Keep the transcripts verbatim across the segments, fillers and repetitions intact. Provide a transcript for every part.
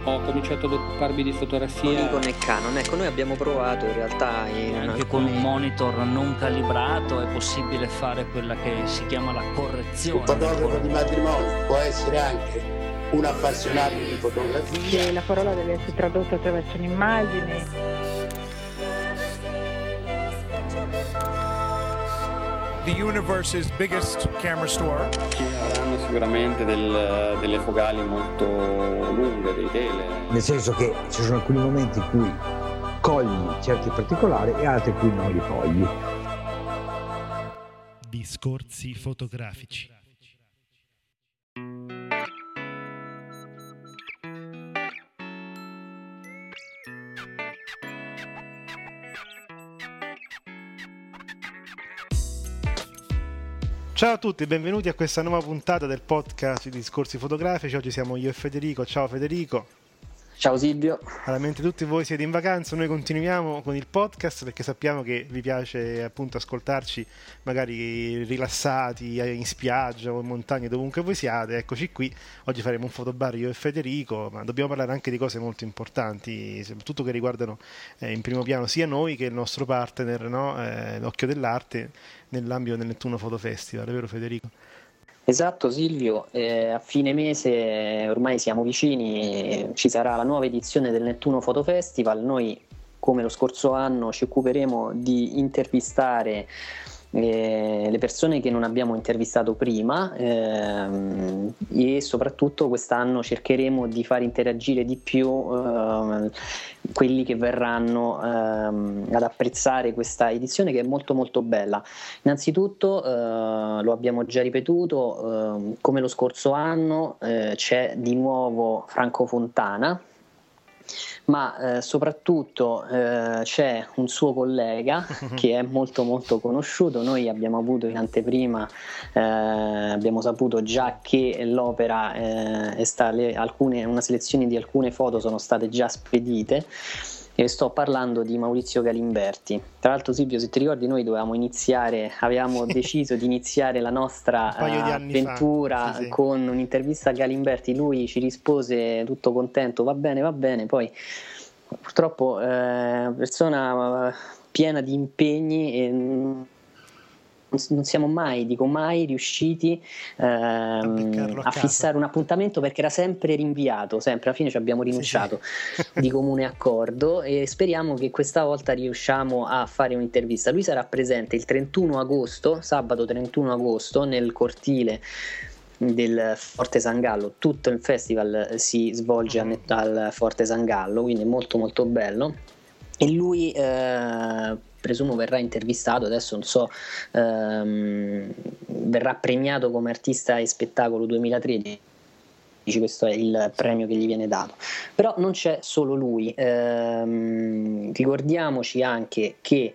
ho cominciato ad occuparmi di fotografia. Nikon e Canon, ecco, noi abbiamo provato in realtà in anche alcuni... con un monitor non calibrato è possibile fare quella che si chiama la correzione. Un fotografo di matrimonio può essere anche un appassionato di fotografia. E la parola deve essere tradotta attraverso un'immagine. The universe's biggest camera store. Ci avranno sicuramente del, delle focali molto lunghe, dei tele. Nel senso che ci sono alcuni momenti in cui cogli certi particolari e altri in cui non li cogli. Discorsi fotografici. Ciao a tutti, benvenuti a questa nuova puntata del podcast di Discorsi Fotografici. Oggi siamo io e Federico. Ciao Federico. Ciao Silvio. Allora, mentre tutti voi siete in vacanza, noi continuiamo con il podcast perché sappiamo che vi piace appunto ascoltarci magari rilassati in spiaggia o in montagna, dovunque voi siate. Eccoci qui, oggi faremo un fotobar io e Federico, ma dobbiamo parlare anche di cose molto importanti, soprattutto che riguardano eh, in primo piano sia noi che il nostro partner, no? eh, l'Occhio dell'Arte, nell'ambito del Nettuno Foto Festival, è vero Federico? Esatto Silvio, eh, a fine mese ormai siamo vicini, ci sarà la nuova edizione del Nettuno Foto Festival. Noi come lo scorso anno ci occuperemo di intervistare eh, le persone che non abbiamo intervistato prima ehm, e soprattutto quest'anno cercheremo di far interagire di più eh, quelli che verranno ehm, ad apprezzare questa edizione, che è molto molto bella. Innanzitutto eh, lo abbiamo già ripetuto, eh, come lo scorso anno eh, c'è di nuovo Franco Fontana, ma eh, soprattutto eh, c'è un suo collega che è molto molto conosciuto. Noi abbiamo avuto in anteprima, eh, abbiamo saputo già che l'opera eh, è sta, le, alcune, una selezione di alcune foto sono state già spedite, e sto parlando di Maurizio Galimberti. Tra l'altro Silvio, se ti ricordi, noi dovevamo iniziare, avevamo deciso di iniziare la nostra avventura sì, sì. con un'intervista a Galimberti. Lui ci rispose tutto contento, va bene, va bene, poi purtroppo è eh, una persona piena di impegni e non siamo mai, dico mai, riusciti ehm, a, a fissare un appuntamento, perché era sempre rinviato, sempre, alla fine ci abbiamo rinunciato sì, sì. di comune accordo, e speriamo che questa volta riusciamo a fare un'intervista. Lui sarà presente il trentuno agosto, sabato trentuno agosto, nel cortile del Forte San Gallo. Tutto il festival si svolge al Forte San Gallo, quindi è molto molto bello, e lui eh, presumo verrà intervistato, adesso non so, ehm, verrà premiato come artista e spettacolo duemilatredici, questo è il premio che gli viene dato. Però non c'è solo lui, ehm, ricordiamoci anche che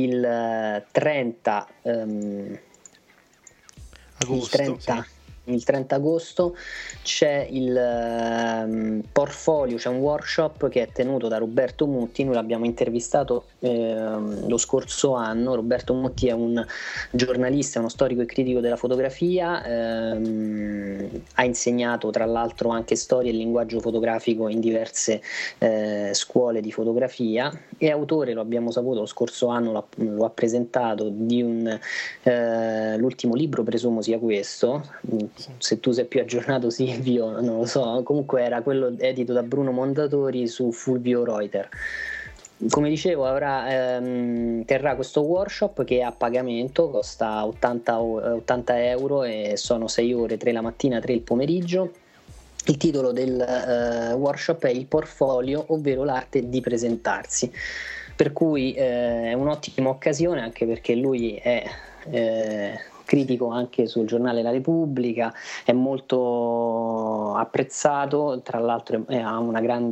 il trenta ehm, agosto, il trenta sì. Il trenta agosto c'è il um, portfolio, c'è un workshop che è tenuto da Roberto Mutti. Noi l'abbiamo intervistato eh, lo scorso anno. Roberto Mutti è un giornalista, uno storico e critico della fotografia, ehm, ha insegnato tra l'altro anche storia e linguaggio fotografico in diverse eh, scuole di fotografia, e autore, lo abbiamo saputo lo scorso anno, lo, lo ha presentato, di un eh, l'ultimo libro, presumo sia questo. Se tu sei più aggiornato Silvio non lo so, comunque era quello edito da Bruno Mondadori su Fulvio Reuter. Come dicevo, avrà, ehm, terrà questo workshop che è a pagamento, costa ottanta, ottanta euro e sono sei ore, tre la mattina, tre il pomeriggio. Il titolo del eh, workshop è Il portfolio, ovvero l'arte di presentarsi, per cui eh, è un'ottima occasione, anche perché lui è eh, critico anche sul giornale La Repubblica, è molto apprezzato, tra l'altro ha una grande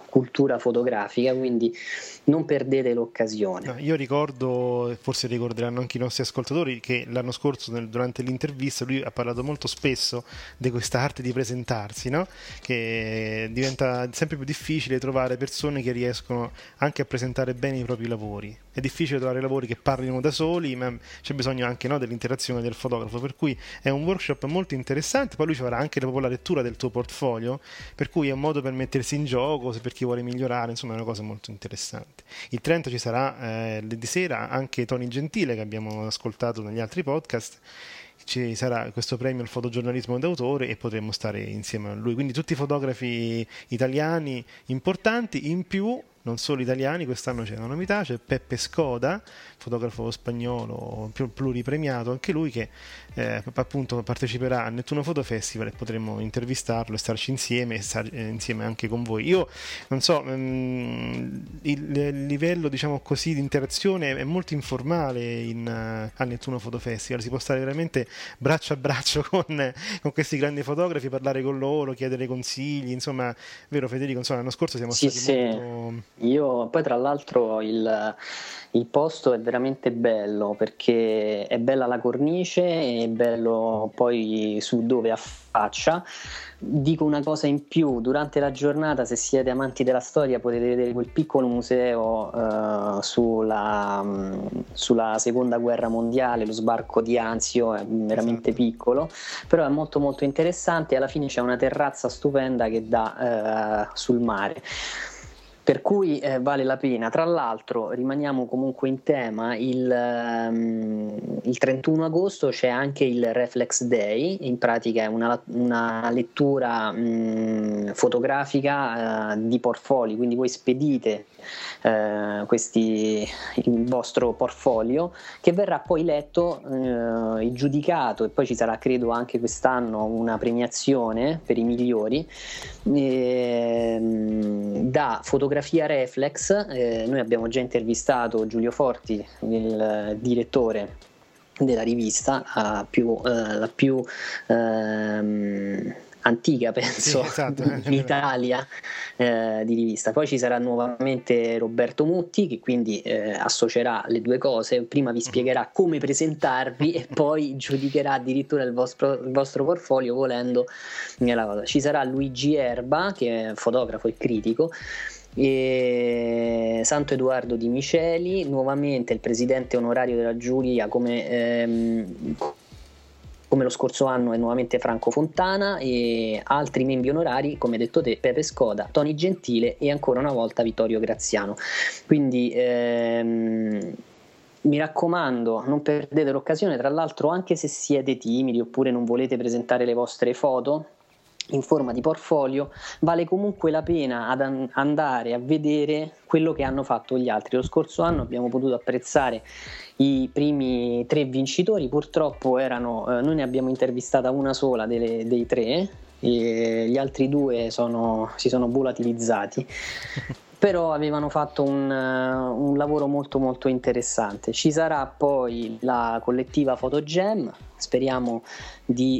cultura fotografica, quindi non perdete l'occasione. No, io ricordo, forse ricorderanno anche i nostri ascoltatori, che l'anno scorso nel, durante l'intervista lui ha parlato molto spesso di questa arte di presentarsi, no? Che diventa sempre più difficile trovare persone che riescono anche a presentare bene i propri lavori. È difficile trovare lavori che parlino da soli, ma c'è bisogno anche, no, dell'interazione del fotografo, per cui è un workshop molto interessante. Poi lui ci farà anche proprio la lettura del tuo portfolio, per cui è un modo per mettersi in gioco, se per chi vuole migliorare, insomma è una cosa molto interessante. Il trenta ci sarà eh, di sera anche Tony Gentile, che abbiamo ascoltato negli altri podcast. Ci sarà questo premio al fotogiornalismo d'autore e potremo stare insieme a lui, quindi tutti i fotografi italiani importanti, in più non solo italiani. Quest'anno c'è una novità, c'è Peppe Scoda, fotografo spagnolo pluripremiato anche lui, che eh, appunto parteciperà al Nettuno Foto Festival e potremo intervistarlo e starci insieme e stare eh, insieme anche con voi. Io non so, mh, il, il livello, diciamo così, di interazione è molto informale in, uh, al Nettuno Foto Festival, si può stare veramente braccio a braccio con, con questi grandi fotografi, parlare con loro, chiedere consigli, insomma, vero Federico? Insomma, l'anno scorso siamo sì, stati sì. molto... Io poi tra l'altro il, il posto è veramente bello, perché è bella la cornice, è bello poi su dove affaccia. Dico una cosa in più: durante la giornata, se siete amanti della storia, potete vedere quel piccolo museo uh, sulla, um, sulla seconda guerra mondiale, lo sbarco di Anzio, è veramente esatto. piccolo, però è molto molto interessante. Alla fine c'è una terrazza stupenda che dà uh, sul mare, per cui eh, vale la pena. Tra l'altro rimaniamo comunque in tema, il, um, il trentuno agosto c'è anche il Reflex Day, in pratica è una, una lettura um, fotografica uh, di portfolio, quindi voi spedite uh, questi, il vostro portfolio, che verrà poi letto uh, e giudicato, e poi ci sarà credo anche quest'anno una premiazione per i migliori e, um, da fotografia Reflex. Eh, noi abbiamo già intervistato Giulio Forti, il direttore della rivista, la più, eh, la più ehm, antica penso sì, esatto. in Italia eh, di rivista. Poi ci sarà nuovamente Roberto Mutti, che quindi eh, associerà le due cose: prima vi spiegherà come presentarvi e poi giudicherà addirittura il vostro, il vostro portfolio, volendo nella cosa. Ci sarà Luigi Erba, che è fotografo e critico, e Santo Edoardo Di Miceli, nuovamente il presidente onorario della giuria, come ehm, come lo scorso anno è nuovamente Franco Fontana, e altri membri onorari, come detto te, Pepe Scoda, Tony Gentile e ancora una volta Vittorio Graziano. Quindi ehm, mi raccomando, non perdete l'occasione. Tra l'altro, anche se siete timidi oppure non volete presentare le vostre foto in forma di portfolio, vale comunque la pena ad an- andare a vedere quello che hanno fatto gli altri. Lo scorso anno abbiamo potuto apprezzare i primi tre vincitori, purtroppo erano, eh, noi ne abbiamo intervistata una sola delle, dei tre, e gli altri due sono, si sono volatilizzati però avevano fatto un, un lavoro molto molto interessante. Ci sarà poi la collettiva Photogem, speriamo di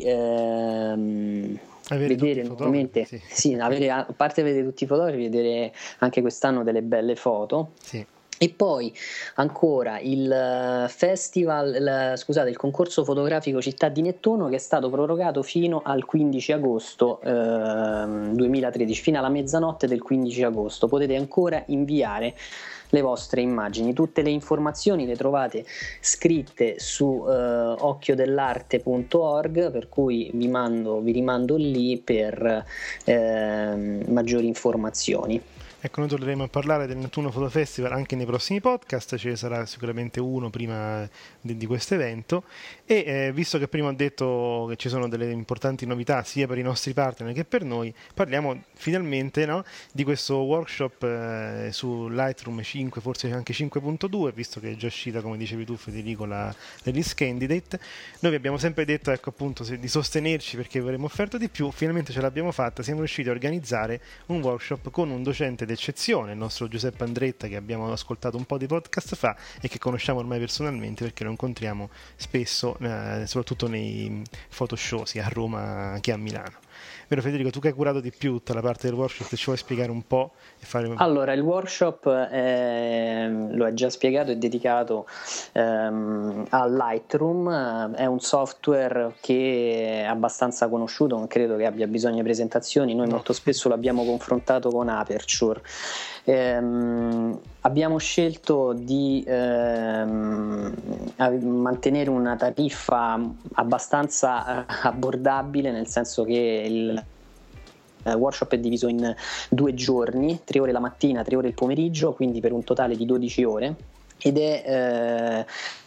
ehm, avere vedere nuovamente, sì. Sì, avere, a parte vedere tutti i fotografi, vedere anche quest'anno delle belle foto. Sì. E poi ancora il festival, il, scusate, il concorso fotografico Città di Nettuno, che è stato prorogato fino al quindici agosto eh, duemilatredici, fino alla mezzanotte del quindici agosto. Potete ancora inviare le vostre immagini. Tutte le informazioni le trovate scritte su eh, occhio dell'arte punto org, per cui vi, mando, vi rimando lì per eh, maggiori informazioni. Ecco, noi torneremo a parlare del Nettuno Foto Festival anche nei prossimi podcast, ce ne sarà sicuramente uno prima di, di questo evento, e eh, visto che prima ho detto che ci sono delle importanti novità sia per i nostri partner che per noi, parliamo finalmente, no, di questo workshop eh, su Lightroom cinque, forse anche cinque punto due, visto che è già uscita, come dicevi tu Federico, la release candidate. Noi vi abbiamo sempre detto, ecco appunto, se, di sostenerci perché vi avremmo offerto di più. Finalmente ce l'abbiamo fatta, siamo riusciti a organizzare un workshop con un docente del d'eccezione, il nostro Giuseppe Andretta, che abbiamo ascoltato un po' di podcast fa e che conosciamo ormai personalmente perché lo incontriamo spesso, eh, soprattutto nei photoshow sia a Roma che a Milano. Vero Federico, tu che hai curato di più tutta la parte del workshop, ci vuoi spiegare un po'? E fare... Allora, il workshop è, lo hai già spiegato, è dedicato ehm, a Lightroom, è un software che è abbastanza conosciuto, non credo che abbia bisogno di presentazioni, noi no. molto spesso l'abbiamo confrontato con Aperture. Ehm, abbiamo scelto di ehm, mantenere una tariffa abbastanza abbordabile, nel senso che il workshop è diviso in due giorni, tre ore la mattina, tre ore il pomeriggio, quindi per un totale di dodici ore, ed è eh,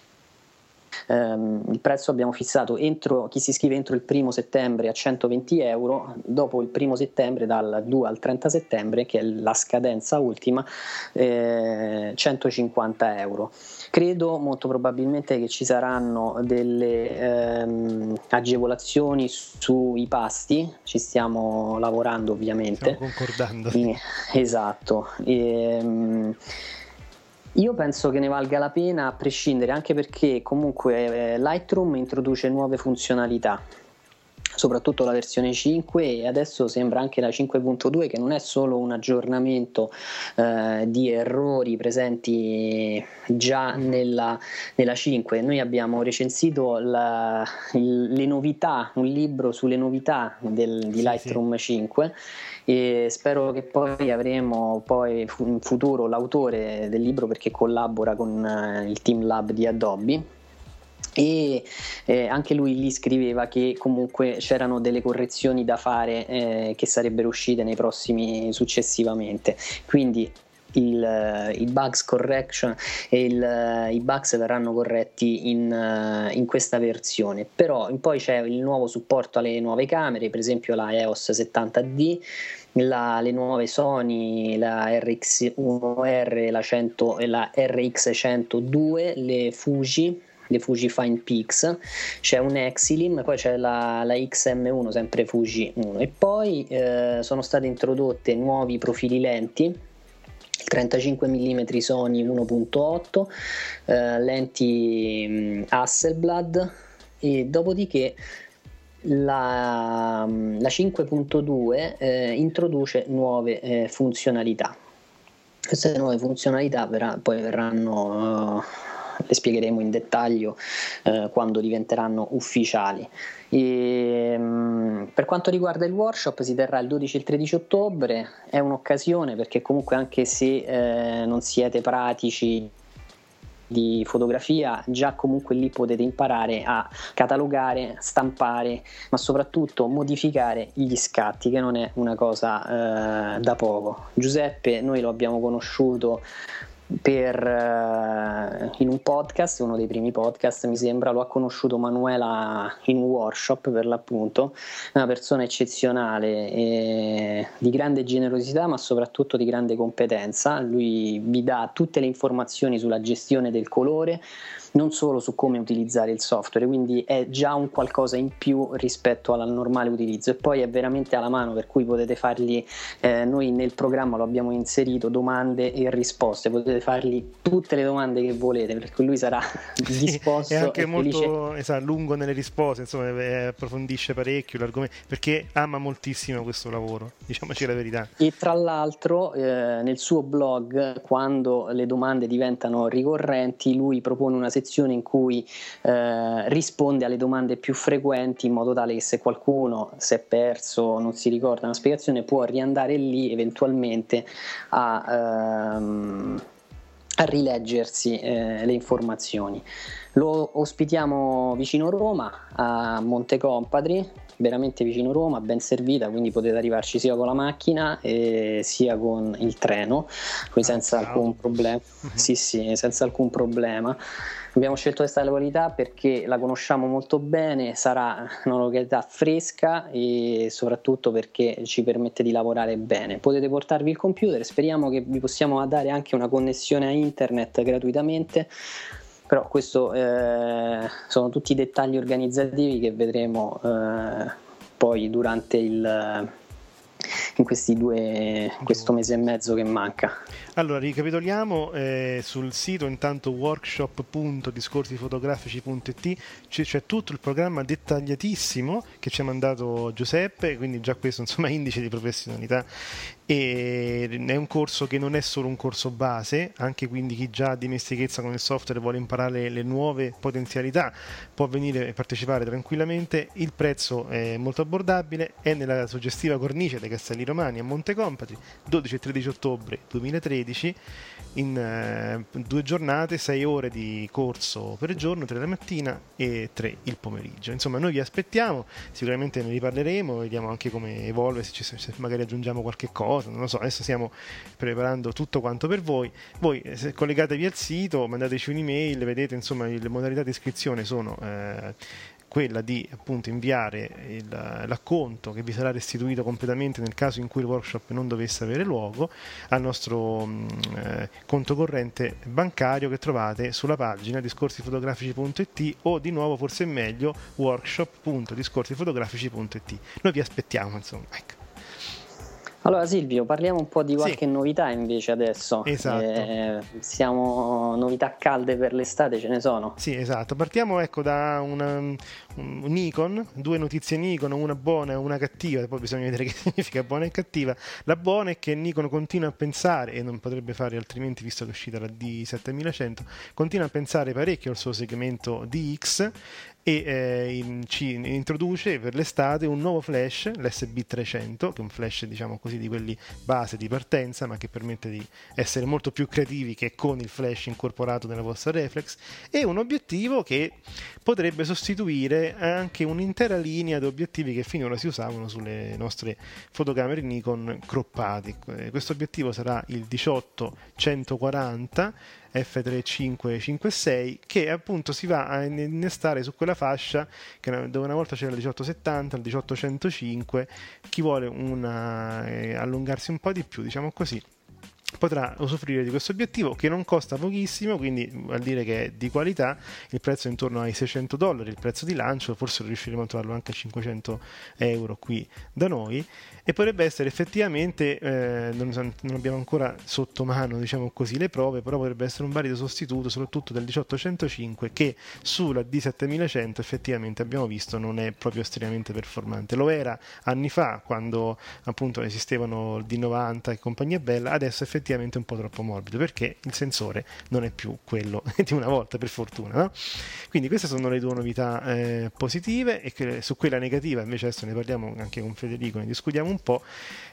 ehm, il prezzo abbiamo fissato entro chi si iscrive entro il primo settembre a centoventi euro, dopo il primo settembre dal due al trenta settembre, che è la scadenza ultima, eh, centocinquanta euro. Credo molto probabilmente che ci saranno delle ehm, agevolazioni sui pasti, ci stiamo lavorando ovviamente. Stiamo concordando. E, esatto. E, io penso che ne valga la pena a prescindere, anche perché comunque eh, Lightroom introduce nuove funzionalità, soprattutto la versione cinque, e adesso sembra anche la cinque punto due, che non è solo un aggiornamento eh, di errori presenti già nella, nella cinque. Noi abbiamo recensito la, il, le novità, un libro sulle novità del, di Lightroom sì, sì. cinque, e spero che poi avremo poi in futuro l'autore del libro, perché collabora con eh, il Team Lab di Adobe, e eh, anche lui lì scriveva che comunque c'erano delle correzioni da fare eh, che sarebbero uscite nei prossimi successivamente, quindi il, il bugs correction e il, i bugs verranno corretti in, in questa versione. Però poi c'è il nuovo supporto alle nuove camere, per esempio la E O S settanta D, La, le nuove Sony, la R X uno R, la, cento, e la R X centodue, le Fuji, le Fuji Fine Pix, c'è un Exilim, poi c'è la, la X M uno, sempre Fuji uno, e poi eh, sono state introdotte nuovi profili lenti, il trentacinque millimetri Sony uno punto otto, eh, lenti mh, Hasselblad, e dopodiché la, la cinque punto due eh, introduce nuove eh, funzionalità. Queste nuove funzionalità verrà, poi verranno uh, le spiegheremo in dettaglio eh, quando diventeranno ufficiali. E, mh, per quanto riguarda il workshop, si terrà il dodici e il tredici ottobre. È un'occasione perché comunque, anche se eh, non siete pratici di fotografia, già comunque lì potete imparare a catalogare, stampare, ma soprattutto modificare gli scatti, che non è una cosa eh, da poco. Giuseppe noi lo abbiamo conosciuto per uh, in un podcast, uno dei primi podcast mi sembra, lo ha conosciuto Manuela in un workshop, per l'appunto, una persona eccezionale e di grande generosità, ma soprattutto di grande competenza. Lui vi dà tutte le informazioni sulla gestione del colore, non solo su come utilizzare il software, quindi è già un qualcosa in più rispetto al normale utilizzo, e poi è veramente alla mano, per cui potete fargli eh, noi nel programma lo abbiamo inserito domande e risposte, potete fargli tutte le domande che volete, per cui lui sarà disposto. È anche e molto esatto, lungo nelle risposte, insomma, eh, approfondisce parecchio l'argomento, perché ama moltissimo questo lavoro, diciamoci la verità. E tra l'altro eh, nel suo blog, quando le domande diventano ricorrenti, lui propone una sezione in cui eh, risponde alle domande più frequenti, in modo tale che se qualcuno si è perso, non si ricorda una spiegazione, può riandare lì eventualmente a, ehm, a rileggersi eh, le informazioni. Lo ospitiamo vicino Roma, a Monte Compadri, veramente vicino Roma, ben servita, quindi potete arrivarci sia con la macchina e sia con il treno, quindi senza ah, alcun problema. Sì, sì, senza alcun problema. Abbiamo scelto questa località perché la conosciamo molto bene, sarà una località fresca e soprattutto perché ci permette di lavorare bene. Potete portarvi il computer, speriamo che vi possiamo dare anche una connessione a internet gratuitamente, però questo eh, sono tutti i dettagli organizzativi che vedremo eh, poi durante il, in questi due, questo mese e mezzo che manca. Allora ricapitoliamo, eh, sul sito intanto workshop punto discorsi fotografici punto it c'è, c'è tutto il programma dettagliatissimo che ci ha mandato Giuseppe, quindi già questo insomma indice di professionalità, e è un corso che non è solo un corso base, anche quindi chi già ha dimestichezza con il software e vuole imparare le nuove potenzialità può venire e partecipare tranquillamente. Il prezzo è molto abbordabile, è nella suggestiva cornice dei Castelli Romani a Montecompatri, dodici e tredici ottobre duemilatredici, in eh, due giornate, sei ore di corso per giorno, tre la mattina e tre il pomeriggio. Insomma, noi vi aspettiamo, sicuramente ne riparleremo, vediamo anche come evolve, se, ci, se magari aggiungiamo qualche cosa, non lo so, adesso stiamo preparando tutto quanto per voi. Voi se collegatevi al sito, mandateci un'email, vedete insomma le modalità di iscrizione sono eh, quella di appunto inviare il, l'acconto che vi sarà restituito completamente nel caso in cui il workshop non dovesse avere luogo al nostro mh, eh, conto corrente bancario che trovate sulla pagina discorsi fotografici punto it o di nuovo forse è meglio workshop punto discorsi fotografici punto it. Noi vi aspettiamo insomma, ecco. Allora Silvio, parliamo un po' di qualche sì. novità invece adesso. Esatto. Eh, siamo novità calde per l'estate, ce ne sono? Sì, esatto. Partiamo ecco da una, un Nikon, due notizie Nikon, una buona e una cattiva, poi bisogna vedere che significa buona e cattiva. La buona è che Nikon continua a pensare, e non potrebbe fare altrimenti visto che è uscita la D settemilacento, continua a pensare parecchio al suo segmento D X e eh, in, ci introduce per l'estate un nuovo flash, l'S B trecento, che è un flash diciamo così di quelli base di partenza, ma che permette di essere molto più creativi che con il flash incorporato nella vostra reflex, e un obiettivo che potrebbe sostituire anche un'intera linea di obiettivi che finora si usavano sulle nostre fotocamere Nikon croppati. Questo obiettivo sarà il diciotto centoquaranta F tre cinque cinque sei, che appunto si va a innestare su quella fascia che, dove una volta c'era il diciotto settanta, il diciotto centocinque. Chi vuole una, eh, allungarsi un po' di più, diciamo così, potrà usufruire di questo obiettivo che non costa pochissimo, quindi vuol dire che è di qualità. Il prezzo è intorno ai seicento dollari, il prezzo di lancio, forse riusciremo a trovarlo anche a cinquecento euro qui da noi, e potrebbe essere effettivamente eh, non, non abbiamo ancora sotto mano diciamo così le prove, però potrebbe essere un valido sostituto soprattutto del diciotto centocinque, che sulla D settemilacento effettivamente abbiamo visto non è proprio estremamente performante. Lo era anni fa quando appunto esistevano il D novanta e compagnia bella, adesso effettivamente effettivamente un po' troppo morbido perché il sensore non è più quello di una volta, per fortuna, no? Quindi queste sono le due novità eh, positive, e che, su quella negativa invece adesso ne parliamo anche con Federico, ne discutiamo un po'.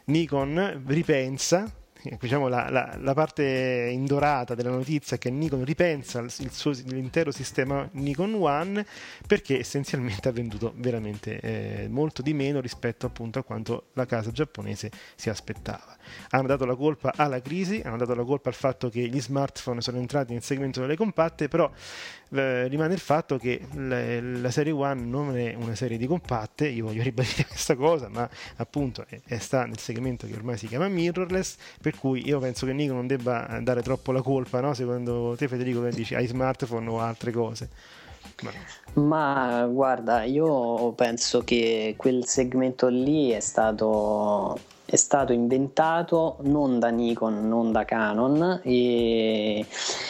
Nikon ripensa, diciamo la, la, la parte indorata della notizia è che Nikon ripensa il suo, l'intero sistema Nikon One, perché essenzialmente ha venduto veramente eh, molto di meno rispetto appunto a quanto la casa giapponese si aspettava. Hanno dato la colpa alla crisi, hanno dato la colpa al fatto che gli smartphone sono entrati nel segmento delle compatte, però eh, rimane il fatto che la, la serie One non è una serie di compatte. Io voglio ribadire questa cosa, ma appunto è, è sta nel segmento che ormai si chiama mirrorless, per cui io penso che Nikon non debba dare troppo la colpa, no? Secondo te Federico, che dici, ai smartphone o altre cose? Ma... ma guarda, io penso che quel segmento lì è stato è stato inventato non da Nikon, non da Canon, e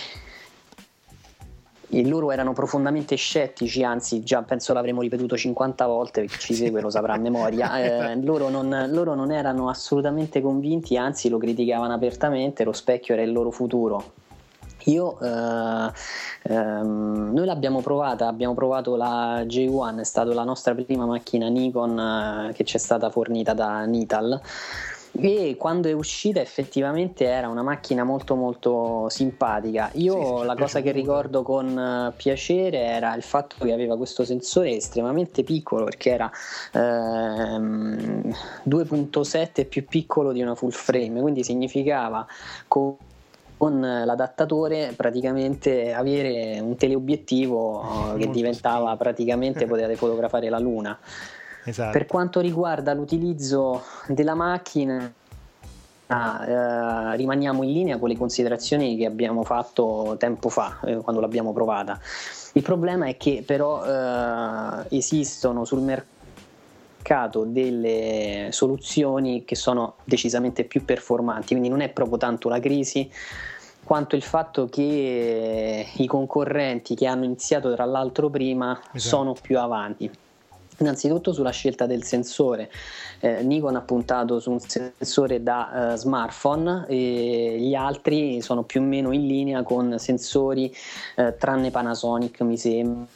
e loro erano profondamente scettici, anzi già penso l'avremmo ripetuto cinquanta volte, perché ci segue lo saprà a memoria. Eh, loro, non, loro non erano assolutamente convinti, anzi lo criticavano apertamente, lo specchio era il loro futuro. Io eh, ehm, noi l'abbiamo provata, abbiamo provato la J uno, è stata la nostra prima macchina Nikon eh, che ci è stata fornita da Nital, e quando è uscita effettivamente era una macchina molto molto simpatica. Io sì, sì, la cosa che ricordo con uh, piacere era il fatto che aveva questo sensore estremamente piccolo, perché era ehm, due virgola sette più piccolo di una full frame, quindi significava con con l'adattatore praticamente avere un teleobiettivo che diventava praticamente potevate fotografare la luna. Esatto. Per quanto riguarda l'utilizzo della macchina, ah, eh, rimaniamo in linea con le considerazioni che abbiamo fatto tempo fa eh, quando l'abbiamo provata. Il problema è che però eh, esistono sul mercato mercato delle soluzioni che sono decisamente più performanti, quindi non è proprio tanto la crisi quanto il fatto che i concorrenti che hanno iniziato tra l'altro prima esatto. sono più avanti. Innanzitutto sulla scelta del sensore, eh, Nikon ha puntato su un sensore da uh, smartphone e gli altri sono più o meno in linea con sensori eh, tranne Panasonic mi sembra.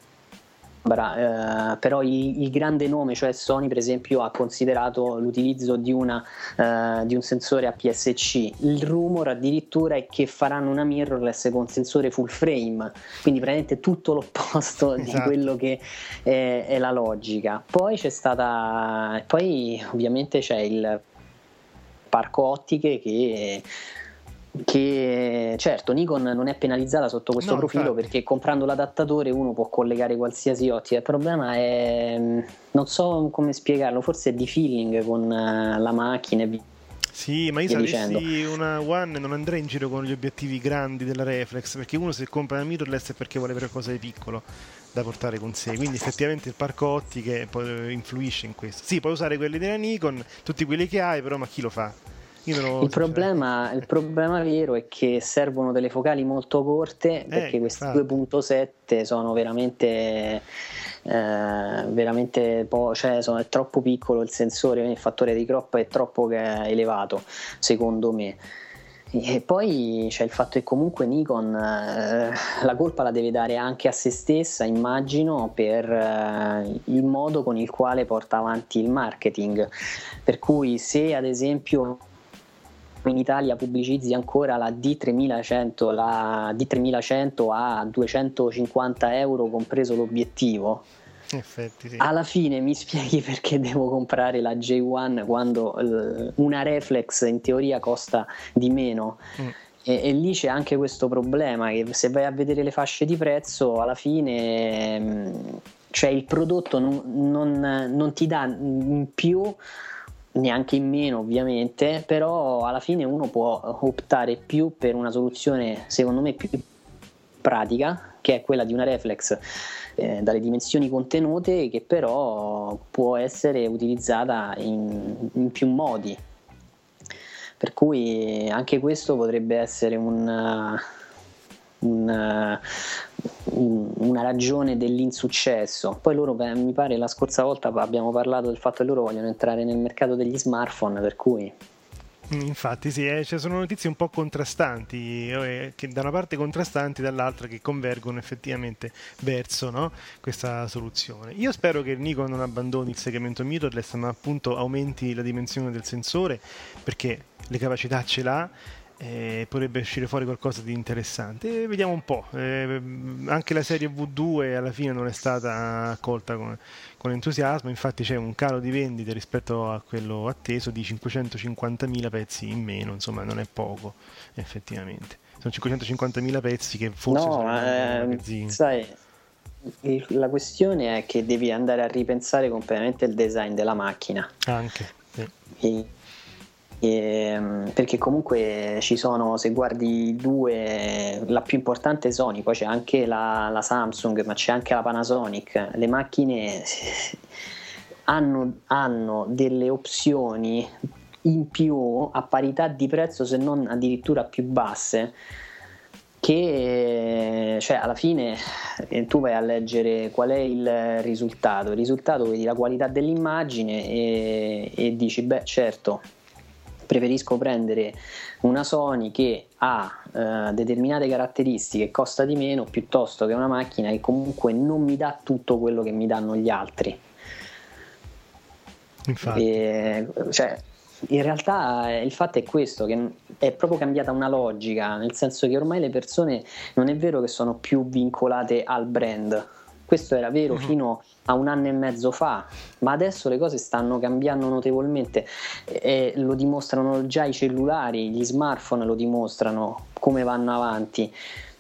Uh, però il, il grande nome, cioè Sony per esempio, ha considerato l'utilizzo di, una, uh, di un sensore A P S C. Il rumor addirittura è che faranno una mirrorless con sensore full frame, quindi praticamente tutto l'opposto esatto. di quello che è, è la logica. Poi c'è stata, poi ovviamente c'è il parco ottiche che che certo Nikon non è penalizzata sotto questo no, profilo infatti. Perché comprando l'adattatore uno può collegare qualsiasi ottica. Il problema è, non so come spiegarlo, forse è di feeling con la macchina. Sì, ma io se avessi una One non andrei in giro con gli obiettivi grandi della reflex, perché uno se compra una mirrorless è perché vuole qualcosa di piccolo da portare con sé, quindi effettivamente il parco ottiche poi influisce in questo. Sì, puoi usare quelli della Nikon, tutti quelli che hai, però ma chi lo fa? Il problema, il problema vero è che servono delle focali molto corte, perché eh, questi due virgola sette sono veramente eh, veramente po- cioè sono, è troppo piccolo il sensore, il fattore di crop è troppo elevato secondo me. E poi c'è il fatto che comunque Nikon eh, la colpa la deve dare anche a se stessa, immagino, per eh, il modo con il quale porta avanti il marketing, per cui se ad esempio in Italia pubblicizzi ancora la D tremilacento, la D tremilacento a duecentocinquanta euro compreso l'obiettivo, effetti, sì. alla fine mi spieghi perché devo comprare la J uno quando uh, una reflex in teoria costa di meno. mm. E, e lì c'è anche questo problema che se vai a vedere le fasce di prezzo alla fine cioè il prodotto non, non, non ti dà in più, neanche in meno ovviamente, però alla fine uno può optare più per una soluzione secondo me più pratica, che è quella di una reflex eh, dalle dimensioni contenute, che però può essere utilizzata in, in più modi, per cui anche questo potrebbe essere un Una, una ragione dell'insuccesso. Poi loro, beh, mi pare la scorsa volta abbiamo parlato del fatto che loro vogliono entrare nel mercato degli smartphone, per cui infatti sì, eh, cioè sono notizie un po' contrastanti, eh, che da una parte contrastanti, dall'altra che convergono effettivamente verso, no, questa soluzione. Io spero che Nikon non abbandoni il segmento mirrorless, ma appunto aumenti la dimensione del sensore, perché le capacità ce l'ha. Eh, potrebbe uscire fuori qualcosa di interessante, e vediamo un po'. Eh, anche la serie V due alla fine non è stata accolta con, con entusiasmo, infatti c'è un calo di vendite rispetto a quello atteso di cinquecentocinquantamila pezzi in meno, insomma non è poco effettivamente, sono cinquecentocinquantamila pezzi che forse no, sono eh, magazzini. Sai, il, la questione è che devi andare a ripensare completamente il design della macchina anche, sì. e, E, perché comunque ci sono, se guardi due, la più importante è Sony, poi c'è anche la, la Samsung, ma c'è anche la Panasonic. Le macchine hanno, hanno delle opzioni in più a parità di prezzo, se non addirittura più basse, che cioè alla fine eh, tu vai a leggere qual è il risultato. Il risultato, vedi la qualità dell'immagine e, e dici beh certo, preferisco prendere una Sony che ha eh, determinate caratteristiche e costa di meno, piuttosto che una macchina che comunque non mi dà tutto quello che mi danno gli altri. Infatti. E, cioè, in realtà il fatto è questo, che è proprio cambiata una logica, nel senso che ormai le persone non è vero che sono più vincolate al brand. Questo era vero uh-huh. fino a un anno e mezzo fa, ma adesso le cose stanno cambiando notevolmente e lo dimostrano già i cellulari, gli smartphone lo dimostrano come vanno avanti.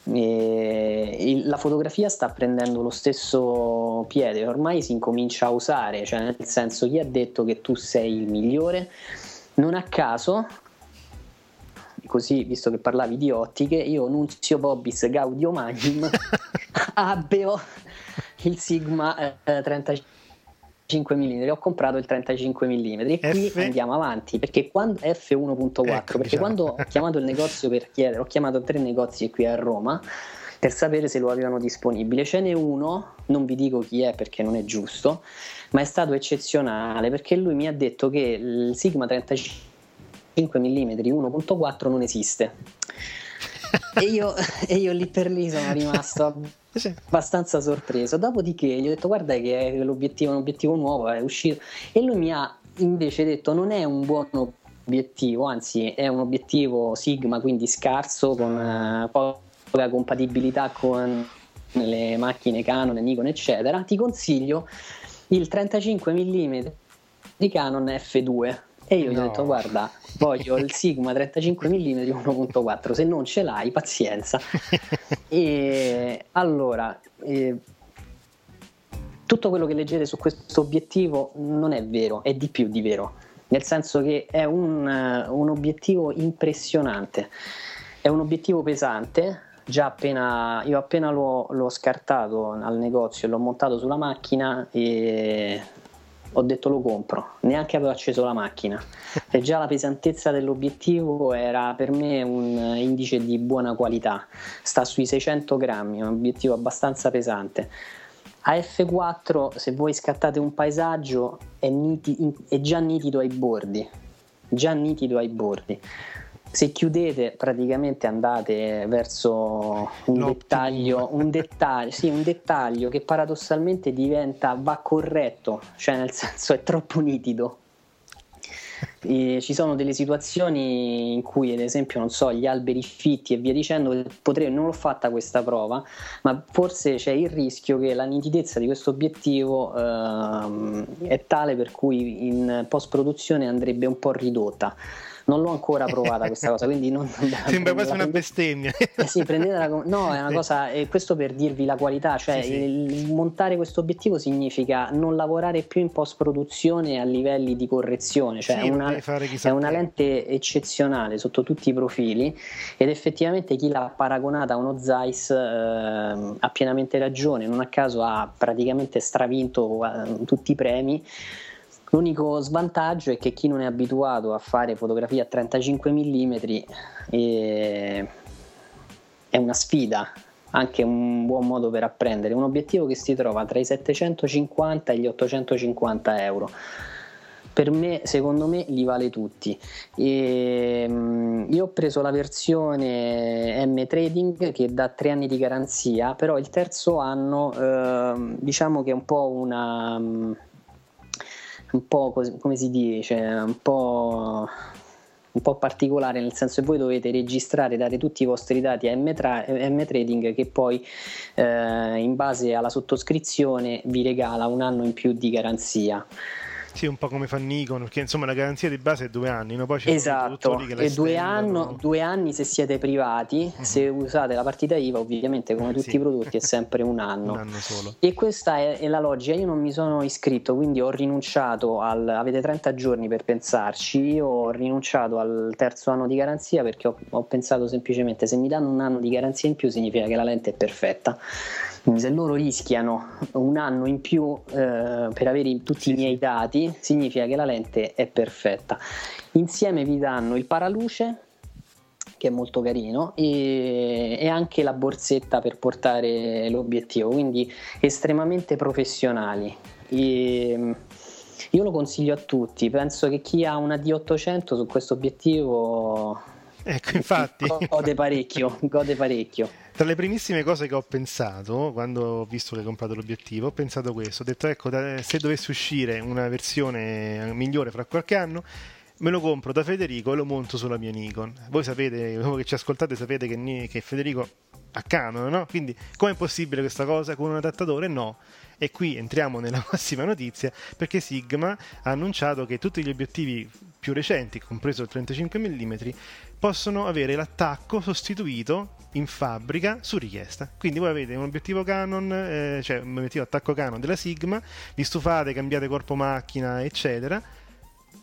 E la fotografia sta prendendo lo stesso piede, ormai si incomincia a usare, cioè nel senso, chi ha detto che tu sei il migliore? Non a caso, così, visto che parlavi di ottiche, io Nunzio Bobbis Gaudio Magnum abbeo il Sigma eh, trentacinque millimetri, ho comprato il trentacinque millimetri e qui F... andiamo avanti perché quando F uno punto quattro, ecco, perché diciamo. Quando ho chiamato il negozio per chiedere, ho chiamato tre negozi qui a Roma per sapere se lo avevano disponibile. Ce n'è uno, non vi dico chi è perché non è giusto, ma è stato eccezionale perché lui mi ha detto che il Sigma trentacinque millimetri uno punto quattro non esiste. e, io, e io lì per lì sono rimasto abbastanza sorpreso. Dopodiché gli ho detto guarda che l'obiettivo è un obiettivo nuovo, è uscito, e lui mi ha invece detto non è un buon obiettivo, anzi è un obiettivo Sigma, quindi scarso, con uh, poca compatibilità con le macchine Canon, Nikon eccetera. Ti consiglio il trentacinque millimetri di Canon F due. E io no. gli ho detto guarda, voglio il Sigma trentacinque millimetri uno punto quattro, se non ce l'hai pazienza. E allora eh, tutto quello che leggete su questo obiettivo non è vero, è di più di vero, nel senso che è un, un obiettivo impressionante, è un obiettivo pesante. Già appena io appena l'ho, l'ho scartato al negozio e l'ho montato sulla macchina e ho detto lo compro, neanche avevo acceso la macchina e già la pesantezza dell'obiettivo era per me un indice di buona qualità, sta sui seicento grammi, è un obiettivo abbastanza pesante. A F quattro se voi scattate un paesaggio è, niti- è già nitido ai bordi, già nitido ai bordi. Se chiudete praticamente andate verso un no, dettaglio, un dettaglio, sì, un dettaglio che paradossalmente diventa, va corretto, cioè nel senso è troppo nitido. E ci sono delle situazioni in cui ad esempio non so gli alberi fitti e via dicendo, potrei, non l'ho fatta questa prova, ma forse c'è il rischio che la nitidezza di questo obiettivo ehm, è tale per cui in post produzione andrebbe un po' ridotta. Non l'ho ancora provata questa cosa, quindi non, non sembra quasi una bestemmia. Eh sì, prendetela come... no, è una cosa, e questo per dirvi la qualità, cioè sì, il, sì. montare questo obiettivo significa non lavorare più in post produzione a livelli di correzione, cioè sì, è, una, è una lente eccezionale sotto tutti i profili ed effettivamente chi l'ha paragonata a uno Zeiss eh, ha pienamente ragione, non a caso ha praticamente stravinto eh, tutti i premi. L'unico svantaggio è che chi non è abituato a fare fotografia a trentacinque millimetri è, è una sfida, anche un buon modo per apprendere. Un obiettivo che si trova tra i settecentocinquanta e gli ottocentocinquanta euro. Per me, secondo me, li vale tutti. E, um, io ho preso la versione M Trading che dà tre anni di garanzia, però il terzo anno eh, diciamo che è un po' una... Um, un po' così, come si dice, un po', un po' particolare, nel senso che voi dovete registrare, dare tutti i vostri dati a M-Trading che poi eh, in base alla sottoscrizione vi regala un anno in più di garanzia. Sì, un po' come fa Nikon, perché insomma la garanzia di base è due anni, no? Poi c'è esatto, che e due, anno, due anni se siete privati, uh-huh. Se usate la partita I V A ovviamente come tutti sì. i prodotti è sempre un anno, un anno solo. E questa è, è la logica. Io non mi sono iscritto, quindi ho rinunciato al, avete trenta giorni per pensarci, io ho rinunciato al terzo anno di garanzia perché ho, ho pensato semplicemente se mi danno un anno di garanzia in più significa che la lente è perfetta. Quindi se loro rischiano un anno in più eh, per avere tutti sì, i miei sì. dati, significa che la lente è perfetta. Insieme vi danno il paraluce, che è molto carino, e, e anche la borsetta per portare l'obiettivo, quindi estremamente professionali. E, io lo consiglio a tutti, penso che chi ha una D ottocento su questo obiettivo ecco, infatti. gode parecchio, gode parecchio. Tra le primissime cose che ho pensato quando ho visto che hai comprato l'obiettivo, ho pensato questo, ho detto ecco, se dovesse uscire una versione migliore fra qualche anno, me lo compro da Federico e lo monto sulla mia Nikon. Voi sapete, voi che ci ascoltate sapete che, che Federico ha Canon, no? Quindi com'è possibile questa cosa con un adattatore? No. E qui entriamo nella massima notizia, perché Sigma ha annunciato che tutti gli obiettivi più recenti, compreso il trentacinque millimetri, possono avere l'attacco sostituito in fabbrica su richiesta. Quindi voi avete un obiettivo Canon, eh, cioè un obiettivo attacco Canon della Sigma, vi stufate, cambiate corpo macchina, eccetera,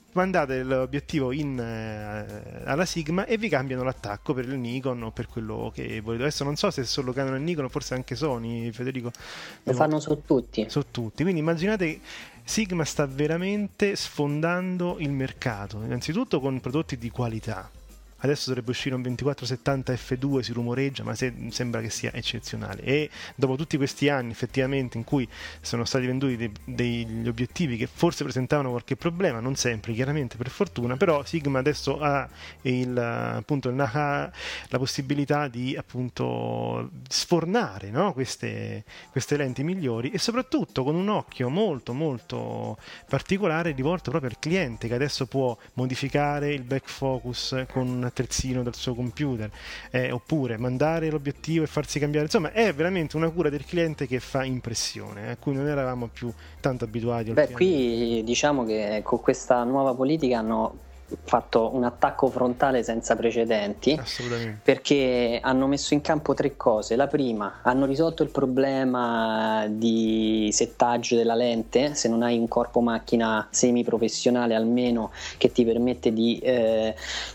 mandate l'obiettivo in, eh, alla Sigma e vi cambiano l'attacco per il Nikon o per quello che volete. Adesso non so se solo Canon e Nikon o forse anche Sony, Federico. Lo fanno su tutti. Su tutti, quindi immaginate, Sigma sta veramente sfondando il mercato, innanzitutto con prodotti di qualità. Adesso dovrebbe uscire un ventiquattro settanta effe due, si rumoreggia, ma se, sembra che sia eccezionale. E dopo tutti questi anni effettivamente in cui sono stati venduti dei, degli obiettivi che forse presentavano qualche problema, non sempre chiaramente per fortuna, però Sigma adesso ha il, appunto, la, la possibilità di appunto sfornare, no? queste, queste lenti migliori, e soprattutto con un occhio molto molto particolare rivolto proprio al cliente, che adesso può modificare il back focus con un attrezzino del suo computer, eh, oppure mandare l'obiettivo e farsi cambiare. Insomma, è veramente una cura del cliente che fa impressione, a cui non eravamo più tanto abituati. Beh, qui diciamo che con questa nuova politica hanno fatto un attacco frontale senza precedenti. Assolutamente. Perché hanno messo in campo tre cose. La prima, hanno risolto il problema di settaggio della lente. Se non hai un corpo macchina semi professionale almeno che ti permette di eh,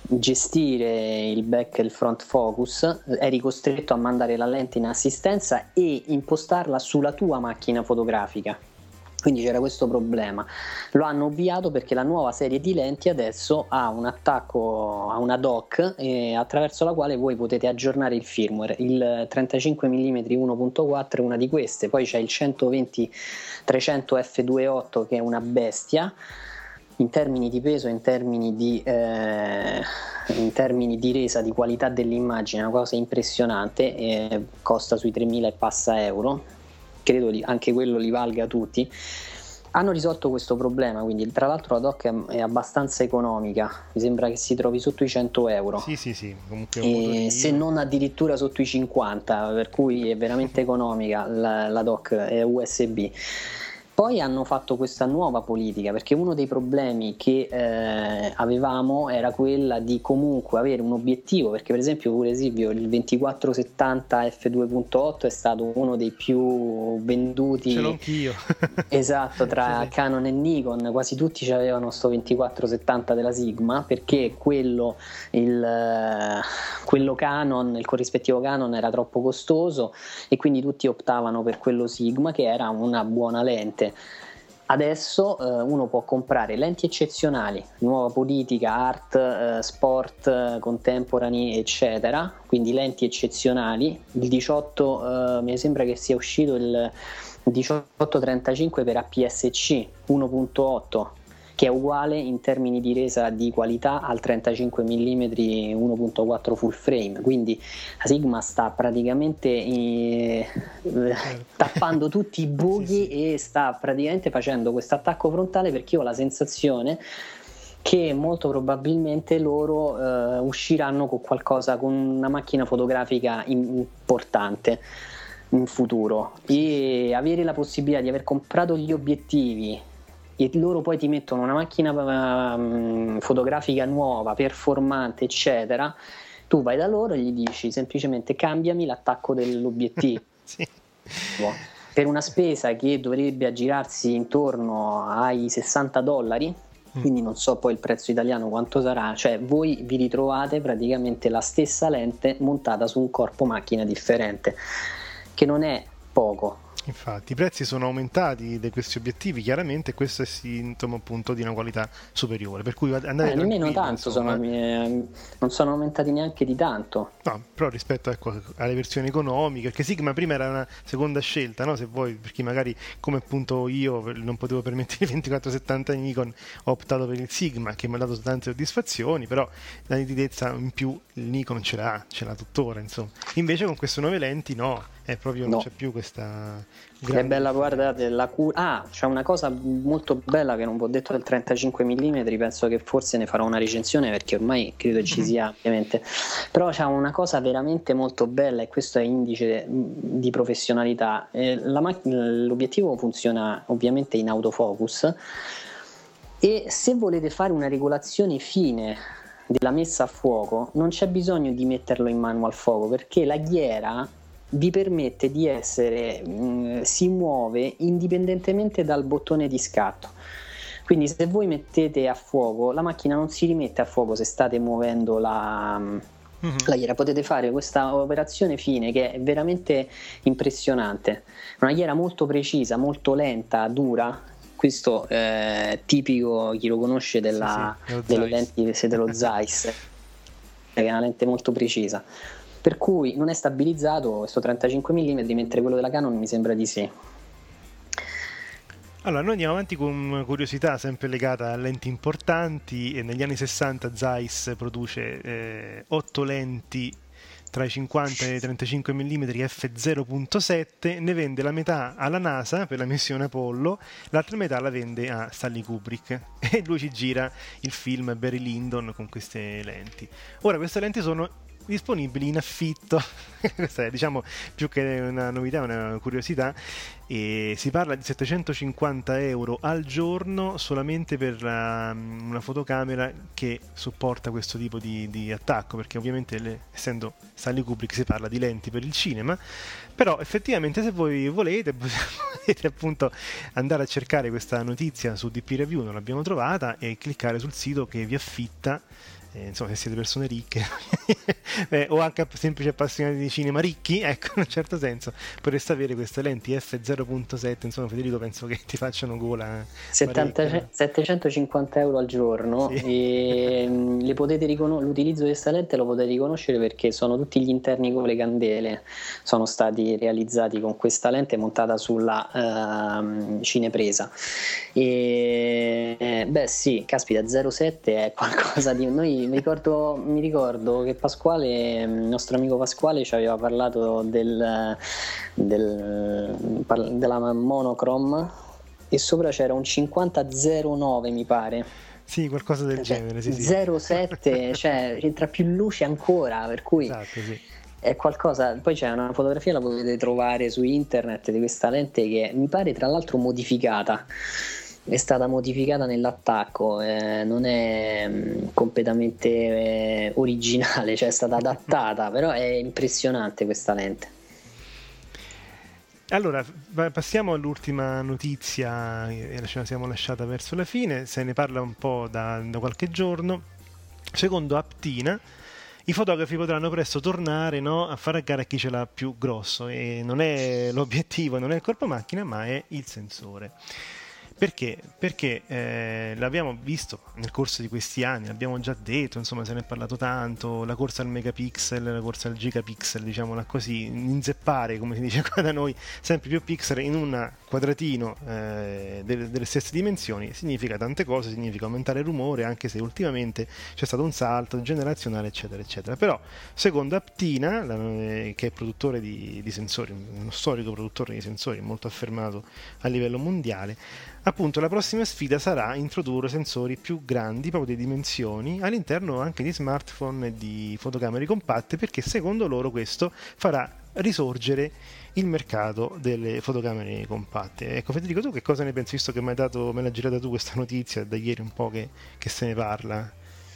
gestire il back e il front focus, eri costretto a mandare la lente in assistenza e impostarla sulla tua macchina fotografica. Quindi c'era questo problema. Lo hanno ovviato perché la nuova serie di lenti adesso ha un attacco, ha una dock eh, attraverso la quale voi potete aggiornare il firmware. Il trentacinque millimetri uno punto quattro è una di queste, poi c'è il centoventi trecento effe due punto otto che è una bestia in termini di peso e in termini di, eh, in termini di resa, di qualità dell'immagine, una cosa impressionante, eh, costa sui tremila e passa euro. Credo li, anche quello li valga tutti. Hanno risolto questo problema, quindi tra l'altro la dock è, è abbastanza economica, mi sembra che si trovi sotto i cento euro. Sì, sì, sì. Comunque e se non addirittura sotto i cinquanta, per cui è veramente economica. La, la dock è U S B. Poi hanno fatto questa nuova politica, perché uno dei problemi che eh, avevamo era quella di comunque avere un obiettivo, perché per esempio pure Silvio il ventiquattro settanta effe due punto otto è stato uno dei più venduti. Ce l'ho anch'io. Esatto, tra sì, sì. Canon e Nikon quasi tutti avevano sto ventiquattro settanta della Sigma, perché quello, il, quello Canon, il corrispettivo Canon era troppo costoso e quindi tutti optavano per quello Sigma, che era una buona lente. Adesso eh, uno può comprare lenti eccezionali, nuova politica, art, eh, sport, eh, contemporary eccetera, quindi lenti eccezionali. Il diciotto eh, mi sembra che sia uscito il diciotto trentacinque per A P S C uno punto otto, che è uguale in termini di resa di qualità al trentacinque millimetri uno punto quattro full frame, quindi la Sigma sta praticamente eh, tappando tutti i buchi sì, sì. E sta praticamente facendo questo attacco frontale, perché io ho la sensazione che molto probabilmente loro eh, usciranno con qualcosa, con una macchina fotografica importante in futuro, e avere la possibilità di aver comprato gli obiettivi e loro poi ti mettono una macchina um, fotografica nuova, performante eccetera, tu vai da loro e gli dici semplicemente cambiami l'attacco dell'obiettivo. Sì. Per una spesa che dovrebbe aggirarsi intorno ai sessanta dollari, quindi non so poi il prezzo italiano quanto sarà, cioè voi vi ritrovate praticamente la stessa lente montata su un corpo macchina differente, che non è poco. Infatti i prezzi sono aumentati di questi obiettivi, chiaramente, e questo è sintomo appunto di una qualità superiore, per cui andate eh, nemmeno tanto sono, eh, non sono aumentati neanche di tanto, no, però rispetto ecco, alle versioni economiche, perché Sigma prima era una seconda scelta, no? Se vuoi, perché magari come appunto io non potevo permettere il ventiquattro settanta Nikon, ho optato per il Sigma, che mi ha dato tante soddisfazioni, però la nitidezza in più il Nikon ce l'ha, ce l'ha tuttora, insomma. Invece con queste nuove lenti no, è proprio non no. c'è più questa grande... È bella, guardate la cura. Ah, c'è una cosa molto bella che non vi ho detto del trentacinque millimetri, penso che forse ne farò una recensione, perché ormai credo ci sia ovviamente, però c'è una cosa veramente molto bella, e questo è indice di professionalità. eh, la mac- l'obiettivo funziona ovviamente in autofocus, e se volete fare una regolazione fine della messa a fuoco non c'è bisogno di metterlo in manual fuoco, perché la ghiera vi permette di essere mh, si muove indipendentemente dal bottone di scatto. Quindi se voi mettete a fuoco, la macchina non si rimette a fuoco se state muovendo la, mm-hmm. la ghiera. Potete fare questa operazione fine che è veramente impressionante, una ghiera molto precisa, molto lenta, dura. Questo è tipico, chi lo conosce, della, sì, sì, delle lenti dello Zeiss, che è una lente molto precisa, per cui non è stabilizzato questo trentacinque millimetri, mentre quello della Canon mi sembra di sì. Allora, noi andiamo avanti con una curiosità sempre legata a lenti importanti. E negli anni sessanta Zeiss produce eh, otto lenti tra i cinquanta e i trentacinque millimetri effe zero virgola sette, ne vende la metà alla NASA per la missione Apollo, l'altra metà la vende a Stanley Kubrick e lui ci gira il film Barry Lyndon con queste lenti. Ora, queste lenti sono disponibili in affitto. Questa è, diciamo, più che una novità, una curiosità, e si parla di settecentocinquanta euro al giorno solamente per la, una fotocamera che supporta questo tipo di, di attacco, perché ovviamente le, essendo Stanley Kubrick si parla di lenti per il cinema, però effettivamente se voi volete potete appunto andare a cercare questa notizia su D P Review, non l'abbiamo trovata, e cliccare sul sito che vi affitta. Eh, insomma, se siete persone ricche eh, o anche semplici appassionati di cinema ricchi, ecco, in un certo senso potreste avere queste lenti effe zero virgola sette. Insomma, Federico, penso che ti facciano gola. settanta, settecentocinquanta euro al giorno, sì. E le potete riconos- l'utilizzo di questa lente lo potete riconoscere perché sono tutti gli interni con le candele sono stati realizzati con questa lente montata sulla uh, cinepresa. E eh, beh sì, caspita, zero virgola sette è qualcosa di noi. Mi ricordo, mi ricordo che Pasquale, il nostro amico Pasquale, ci aveva parlato del, del, della monochrome e sopra c'era un cinquanta zero nove, mi pare. Sì, qualcosa del cioè, genere. Sì, sì. zero virgola sette, cioè entra più luce ancora, per cui esatto, sì. È qualcosa. Poi c'è una fotografia, la potete trovare su internet, di questa lente che mi pare tra l'altro modificata. È stata modificata nell'attacco, eh, non è mh, completamente eh, originale, cioè è stata adattata, però è impressionante questa lente. Allora, passiamo all'ultima notizia, e ce la siamo lasciata verso la fine, se ne parla un po' da, da qualche giorno. Secondo Aptina, i fotografi potranno presto tornare, no, a fare a gara a chi ce l'ha più grosso, e non è l'obiettivo, non è il corpo macchina, ma è il sensore. Perché? Perché eh, l'abbiamo visto nel corso di questi anni, l'abbiamo già detto, insomma se ne è parlato tanto, la corsa al megapixel, la corsa al gigapixel, diciamola così, inzeppare, come si dice qua da noi, sempre più pixel in un quadratino eh, delle, delle stesse dimensioni, significa tante cose, significa aumentare il rumore, anche se ultimamente c'è stato un salto generazionale, eccetera, eccetera. Però, secondo Aptina, la, eh, che è produttore di, di sensori, uno storico produttore di sensori molto affermato a livello mondiale, appunto la prossima sfida sarà introdurre sensori più grandi, proprio di dimensioni, all'interno anche di smartphone e di fotocamere compatte, perché secondo loro questo farà risorgere il mercato delle fotocamere compatte. Ecco, Federico, tu che cosa ne pensi, visto che mi hai dato, me l'hai girata tu questa notizia, da ieri un po' che, che se ne parla?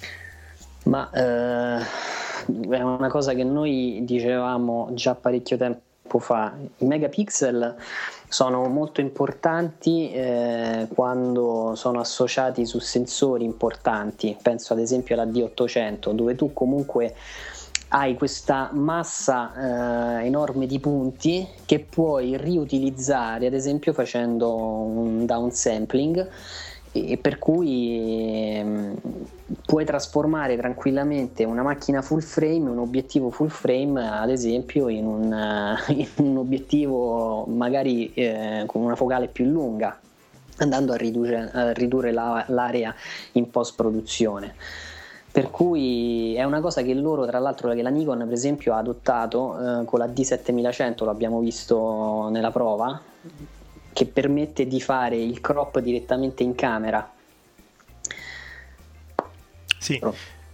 Ma eh, è una cosa che noi dicevamo già parecchio tempo fa. I megapixel sono molto importanti eh, quando sono associati su sensori importanti, penso ad esempio alla D ottocento, dove tu comunque hai questa massa eh, enorme di punti che puoi riutilizzare, ad esempio facendo un downsampling, e per cui eh, puoi trasformare tranquillamente una macchina full frame, un obiettivo full frame, ad esempio in un, uh, in un obiettivo magari eh, con una focale più lunga, andando a ridurre, a ridurre la, l'area in post produzione. Per cui è una cosa che loro, tra l'altro, che la Nikon per esempio ha adottato eh, con la D settemilacento, l'abbiamo visto nella prova, che permette di fare il crop direttamente in camera. Sì,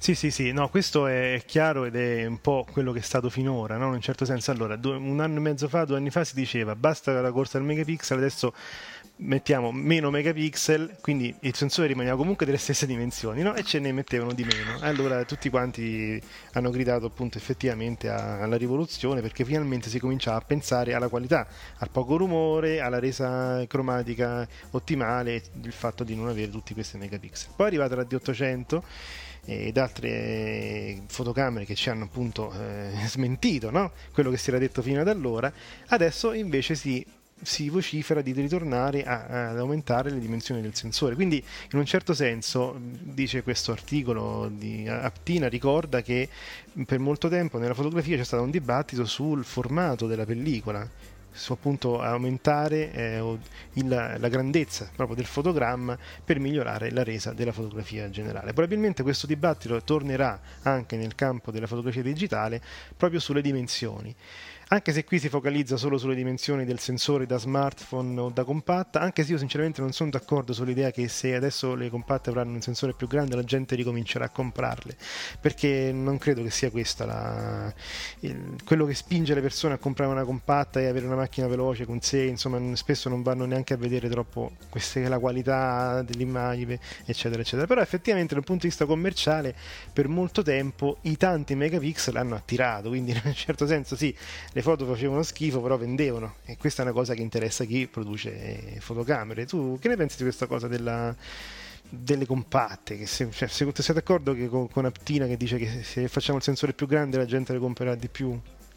Sì, sì, sì, no, questo è chiaro ed è un po' quello che è stato finora, no? In un certo senso. Allora, due, un anno e mezzo fa, due anni fa si diceva basta la corsa al megapixel, adesso mettiamo meno megapixel, quindi il sensore rimaneva comunque delle stesse dimensioni, no? E ce ne mettevano di meno. Allora tutti quanti hanno gridato appunto effettivamente a, alla rivoluzione, perché finalmente si cominciava a pensare alla qualità, al poco rumore, alla resa cromatica ottimale, il fatto di non avere tutti questi megapixel. Poi è arrivata la D ottocento ed altre fotocamere che ci hanno appunto eh, smentito, no? Quello che si era detto fino ad allora. Adesso invece si, si vocifera di ritornare a, ad aumentare le dimensioni del sensore, quindi in un certo senso, dice questo articolo di Aptina, ricorda che per molto tempo nella fotografia c'è stato un dibattito sul formato della pellicola, su appunto aumentare eh, il, la grandezza proprio del fotogramma per migliorare la resa della fotografia generale. Probabilmente questo dibattito tornerà anche nel campo della fotografia digitale proprio sulle dimensioni, anche se qui si focalizza solo sulle dimensioni del sensore da smartphone o da compatta, anche se io sinceramente non sono d'accordo sull'idea che se adesso le compatte avranno un sensore più grande la gente ricomincerà a comprarle, perché non credo che sia questa la, il, quello che spinge le persone a comprare una compatta e avere una macchina veloce con sé, insomma spesso non vanno neanche a vedere troppo queste, la qualità dell'immagine eccetera eccetera, però effettivamente dal punto di vista commerciale per molto tempo i tanti megapixel hanno attirato, quindi in un certo senso sì, le foto facevano schifo però vendevano, e questa è una cosa che interessa chi produce fotocamere. Tu che ne pensi di questa cosa della, delle compatte? Che se, cioè, se, sei d'accordo che con, con Aptina che dice che se facciamo il sensore più grande la gente le comprerà di più?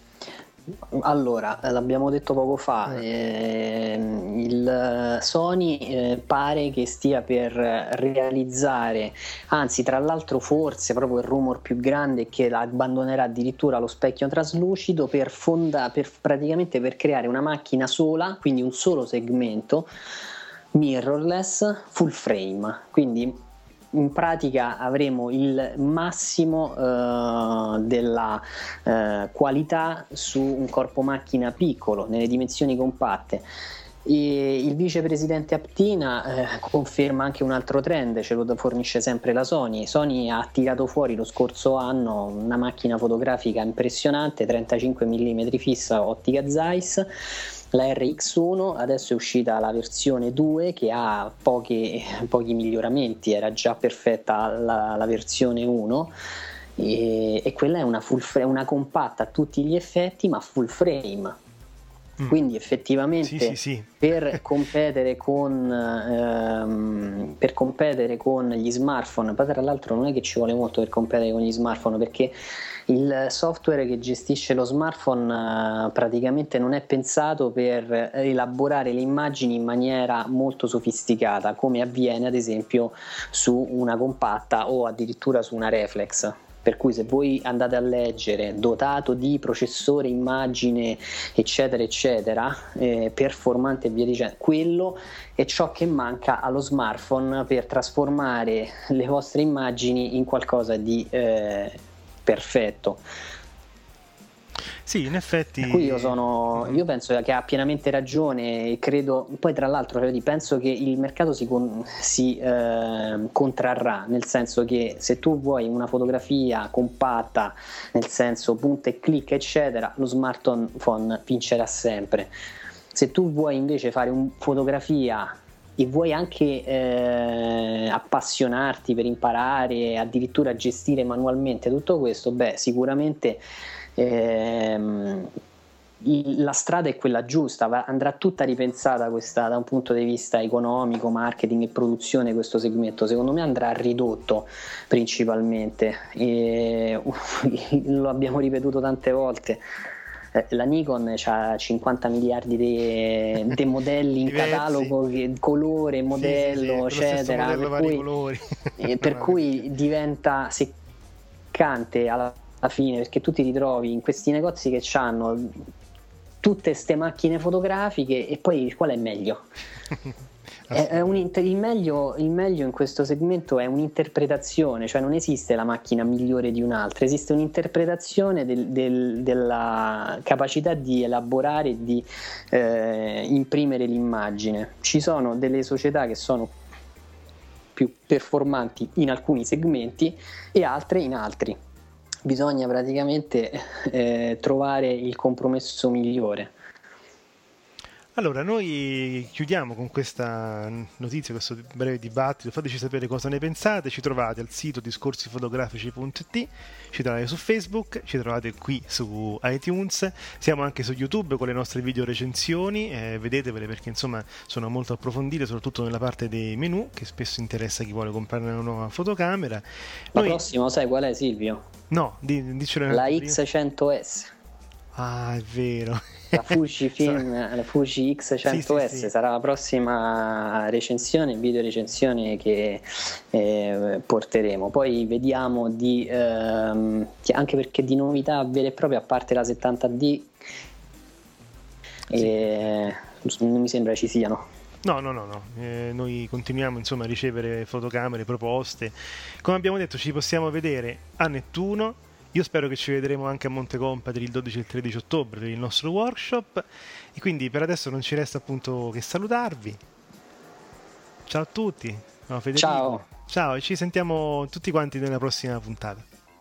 Allora, l'abbiamo detto poco fa, eh, il Sony eh, pare che stia per realizzare, anzi tra l'altro forse proprio il rumor più grande è che abbandonerà addirittura lo specchio traslucido per, fonda, per praticamente per creare una macchina sola, quindi un solo segmento mirrorless full frame, quindi in pratica avremo il massimo uh, della uh, qualità su un corpo macchina piccolo, nelle dimensioni compatte. E il vicepresidente Aptina eh, conferma anche un altro trend, ce lo fornisce sempre la Sony. Sony ha tirato fuori lo scorso anno una macchina fotografica impressionante, trentacinque millimetri fissa, ottica Zeiss, la R X uno. Adesso è uscita la versione due che ha pochi, pochi miglioramenti, era già perfetta la, la versione uno, e, e quella è una, full frame, una compatta a tutti gli effetti ma full frame. Quindi effettivamente sì, sì, sì. per competere con ehm, per competere con gli smartphone, poi tra l'altro non è che ci vuole molto per competere con gli smartphone, perché il software che gestisce lo smartphone eh, praticamente non è pensato per elaborare le immagini in maniera molto sofisticata, come avviene ad esempio su una compatta o addirittura su una reflex. Per cui se voi andate a leggere dotato di processore, immagine eccetera eccetera, eh, performante e via dicendo, quello è ciò che manca allo smartphone per trasformare le vostre immagini in qualcosa di eh, perfetto. Sì, in effetti. Per cui io sono, io penso che ha pienamente ragione e credo, poi tra l'altro penso che il mercato si, con, si eh, contrarrà, nel senso che se tu vuoi una fotografia compatta, nel senso punta e clic eccetera, lo smartphone vincerà sempre. Se tu vuoi invece fare una fotografia e vuoi anche eh, appassionarti per imparare, addirittura gestire manualmente tutto questo, beh sicuramente Ehm, la strada è quella giusta, va, andrà tutta ripensata questa, da un punto di vista economico, marketing e produzione. Questo segmento secondo me andrà ridotto principalmente, e, lo abbiamo ripetuto tante volte, la Nikon ha cinquanta miliardi di modelli in catalogo, che, colore, modello sì, sì, sì, eccetera, modello, per, cui, eh, per cui diventa seccante alla alla fine, perché tu ti ritrovi in questi negozi che hanno tutte ste macchine fotografiche e poi qual è meglio? è, è un inter- il, meglio il meglio in questo segmento è un'interpretazione, cioè non esiste la macchina migliore di un'altra, esiste un'interpretazione del, del, della capacità di elaborare e di eh, imprimere l'immagine. Ci sono delle società che sono più performanti in alcuni segmenti e altre in altri. Bisogna praticamente eh, trovare il compromesso migliore. Allora, noi chiudiamo con questa notizia, questo breve dibattito. Fateci sapere cosa ne pensate. Ci trovate al sito discorsi fotografici punto it, ci trovate su Facebook, ci trovate qui su iTunes, siamo anche su YouTube con le nostre video recensioni, eh, vedetevele perché insomma sono molto approfondite, soprattutto nella parte dei menu, che spesso interessa chi vuole comprare una nuova fotocamera. La Noi... prossima, sai qual è, Silvio? No, di, dicelo. La X cento S. Ah, è vero. La Fuji Film, la Fuji X cento S sì, sì, sì. Sarà la prossima recensione, video recensione che eh, porteremo. Poi vediamo di ehm, anche perché di novità vere e proprie, a parte la settanta D, eh, non mi sembra ci siano. No, no, no, no. Eh, noi continuiamo insomma a ricevere fotocamere, proposte. Come abbiamo detto, ci possiamo vedere a Nettuno. Io spero che ci vedremo anche a Montecompagni per il dodici e il tredici ottobre per il nostro workshop, e quindi per adesso non ci resta appunto che salutarvi. Ciao a tutti. No, Federico. Ciao. Ciao, e ci sentiamo tutti quanti nella prossima puntata.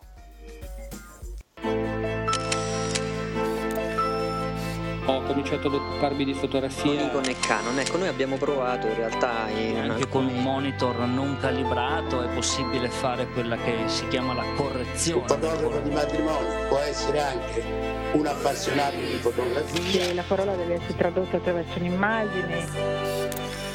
Ho cominciato ad occuparmi di fotografia. Nikon e Canon, ecco, noi abbiamo provato in realtà in anche alcuni... con un monitor non calibrato è possibile fare quella che si chiama la correzione. Un fotografo di matrimonio può essere anche un appassionato di fotografia. E la parola deve essere tradotta attraverso un'immagine.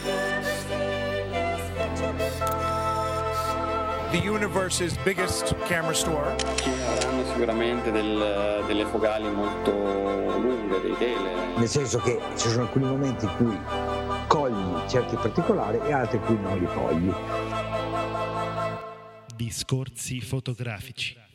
The universe's biggest camera store. Ci avranno sicuramente del, delle focali molto lunghe, dei tele. Nel senso che ci sono alcuni momenti in cui cogli certi particolari e altri in cui non li cogli. Discorsi fotografici.